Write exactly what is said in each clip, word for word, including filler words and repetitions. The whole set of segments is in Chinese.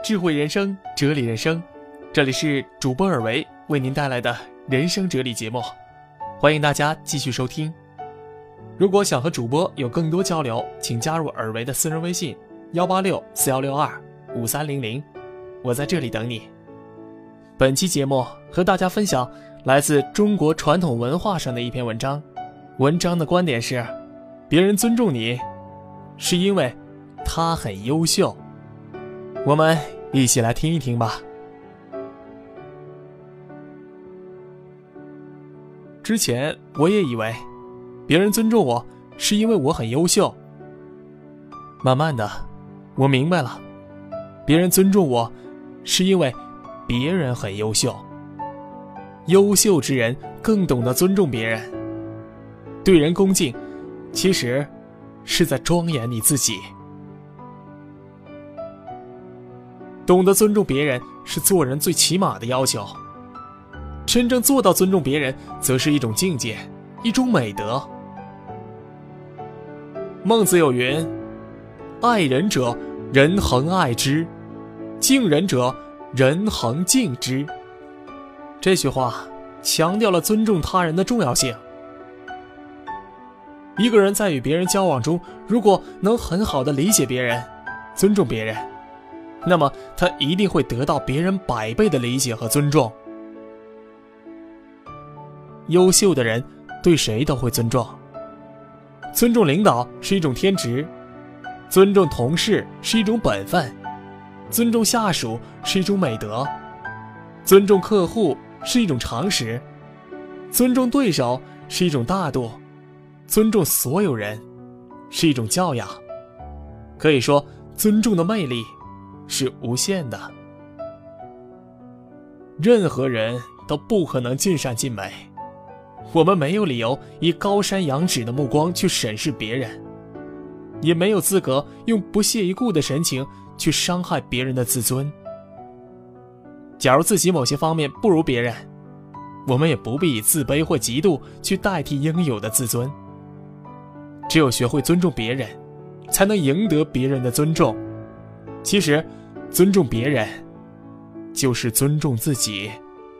智慧人生，哲理人生，这里是主播尔维为您带来的人生哲理节目，欢迎大家继续收听。如果想和主播有更多交流，请加入尔维的私人微信幺八六四幺六二五三零零，我在这里等你。本期节目和大家分享来自中国传统文化上的一篇文章，文章的观点是：别人尊重你，是因为他很优秀。我们一起来听一听吧。之前我也以为别人尊重我是因为我很优秀，慢慢的我明白了，别人尊重我是因为别人很优秀。优秀之人更懂得尊重别人，对人恭敬其实是在庄严你自己。懂得尊重别人是做人最起码的要求，真正做到尊重别人则是一种境界，一种美德。孟子有云：爱人者，人恒爱之；敬人者，人恒敬之。这句话强调了尊重他人的重要性。一个人在与别人交往中，如果能很好的理解别人，尊重别人，那么他一定会得到别人百倍的理解和尊重。优秀的人对谁都会尊重，尊重领导是一种天职，尊重同事是一种本分，尊重下属是一种美德，尊重客户是一种常识，尊重对手是一种大度，尊重所有人是一种教养。可以说，尊重的魅力是无限的。任何人都不可能尽善尽美，我们没有理由以高山仰止的目光去审视别人，也没有资格用不屑一顾的神情去伤害别人的自尊。假如自己某些方面不如别人，我们也不必以自卑或嫉妒去代替应有的自尊。只有学会尊重别人，才能赢得别人的尊重。其实，尊重别人，就是尊重自己。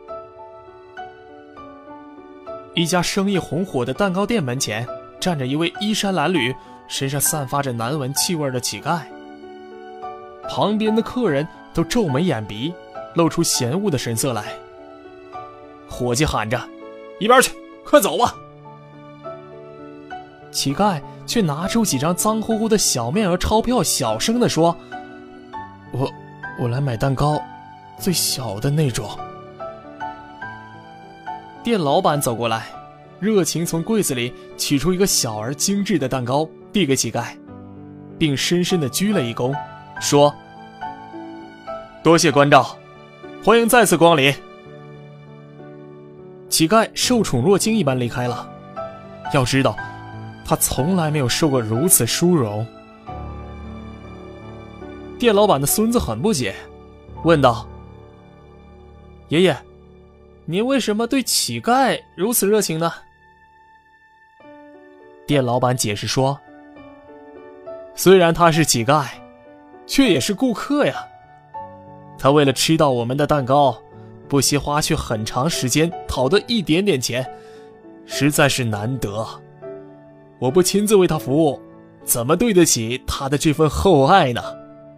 一家生意红火的蛋糕店门前，站着一位衣衫褴褛、身上散发着难闻气味的乞丐。旁边的客人都皱眉掩鼻，露出嫌恶的神色来。伙计喊着：“一边去，快走吧！”乞丐却拿出几张脏乎乎的小面额钞票，小声地说：“我我来买蛋糕，最小的那种。”店老板走过来，热情从柜子里取出一个小而精致的蛋糕，递给乞丐，并深深地鞠了一躬，说：“多谢关照，欢迎再次光临。”乞丐受宠若惊一般离开了。要知道，他从来没有受过如此殊荣。店老板的孙子很不解，问道：“爷爷，您为什么对乞丐如此热情呢？”店老板解释说：“虽然他是乞丐，却也是顾客呀。他为了吃到我们的蛋糕，不惜花去很长时间讨得一点点钱，实在是难得。我不亲自为他服务，怎么对得起他的这份厚爱呢？”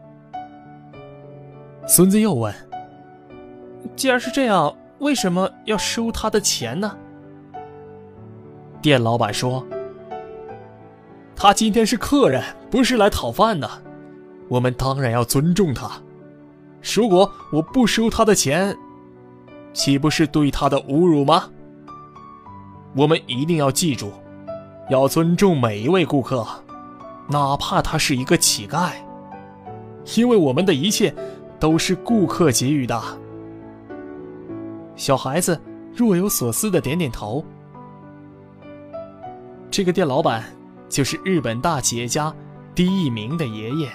孙子又问：“既然是这样，为什么要收他的钱呢？”店老板说：“他今天是客人，不是来讨饭的，我们当然要尊重他。如果我不收他的钱，岂不是对他的侮辱吗？我们一定要记住，要尊重每一位顾客，哪怕他是一个乞丐，因为我们的一切都是顾客给予的。”小孩子若有所思地点点头。这个店老板就是日本大企业家第一名的爷爷。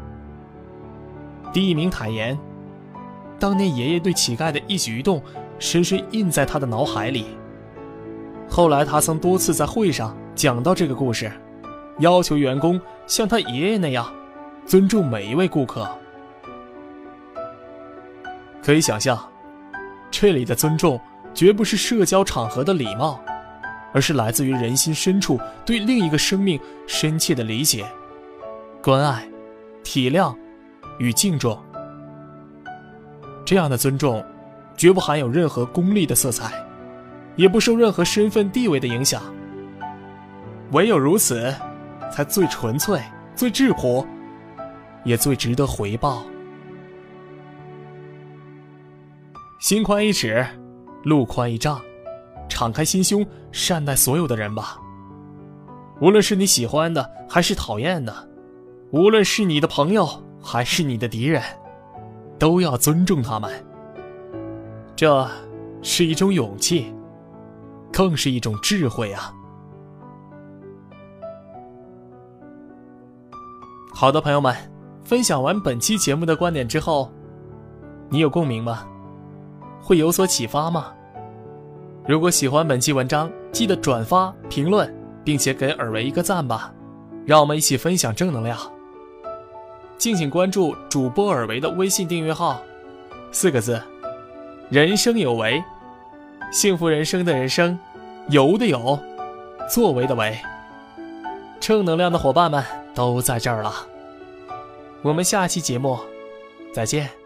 第一名坦言，当年爷爷对乞丐的一举一动深深印在他的脑海里。后来他曾多次在会上讲到这个故事，要求员工像他爷爷那样尊重每一位顾客。 可以想象，这里的尊重绝不是社交场合的礼貌，而是来自于人心深处对另一个生命深切的理解、关爱、体谅与敬重。这样的尊重绝不含有任何功利的色彩，也不受任何身份地位的影响。唯有如此，才最纯粹、最质朴，也最值得回报。心宽一尺，路宽一丈，敞开心胸，善待所有的人吧。无论是你喜欢的还是讨厌的，无论是你的朋友还是你的敌人，都要尊重他们。这是一种勇气，更是一种智慧啊。好的，朋友们，分享完本期节目的观点之后，你有共鸣吗？会有所启发吗？如果喜欢本期文章，记得转发、评论，并且给尔维一个赞吧，让我们一起分享正能量。敬请关注主播尔维的微信订阅号，四个字：人生有为。幸福人生的人生，有的有，作为的为。正能量的伙伴们都在这儿了。我们下期节目再见。